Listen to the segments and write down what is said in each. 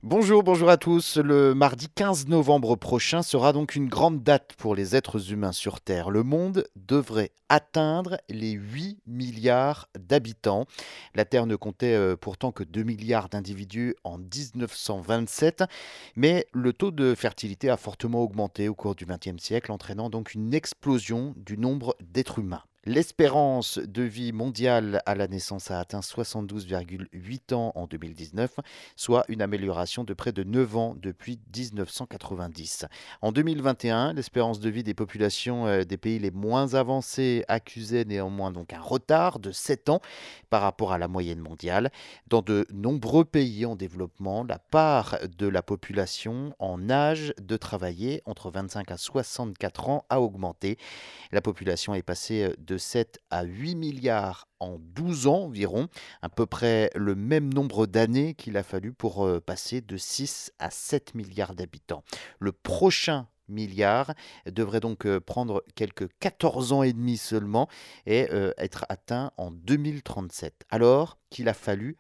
Bonjour, bonjour à tous. Le mardi 15 novembre prochain sera donc une grande date pour les êtres humains sur Terre. Le monde devrait atteindre les 8 milliards d'habitants. La Terre ne comptait pourtant que 2 milliards d'individus en 1927, mais le taux de fertilité a fortement augmenté au cours du XXe siècle, entraînant donc une explosion du nombre d'êtres humains. L'espérance de vie mondiale à la naissance a atteint 72,8 ans en 2019, soit une amélioration de près de 9 ans depuis 1990. En 2021, l'espérance de vie des populations des pays les moins avancés accusait néanmoins donc un retard de 7 ans par rapport à la moyenne mondiale. Dans de nombreux pays en développement, la part de la population en âge de travailler entre 25 à 64 ans a augmenté. La population est passée de 7 à 8 milliards en 12 ans environ, à peu près le même nombre d'années qu'il a fallu pour passer de 6 à 7 milliards d'habitants. Le prochain milliard devrait donc prendre quelques 14 ans et demi seulement et être atteint en 2037. Alors qu'il a fallu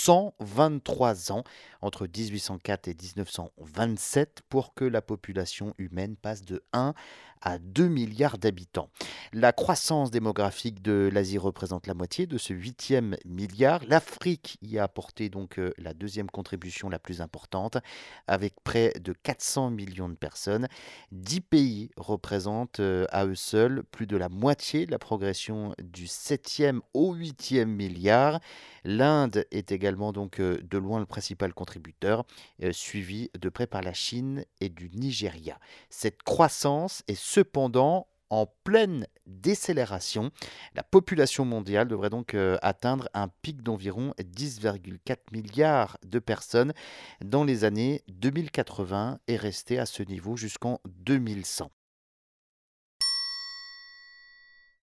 123 ans entre 1804 et 1927 pour que la population humaine passe de 1 à 2 milliards d'habitants. La croissance démographique de l'Asie représente la moitié de ce huitième milliard. L'Afrique y a apporté donc la deuxième contribution la plus importante, avec près de 400 millions de personnes. 10 pays représentent à eux seuls plus de la moitié de la progression du septième au huitième milliard. L'Inde est également donc de loin le principal contributeur, suivi de près par la Chine et du Nigeria. Cette croissance est cependant en pleine décélération. La population mondiale devrait donc atteindre un pic d'environ 10,4 milliards de personnes dans les années 2080 et rester à ce niveau jusqu'en 2100.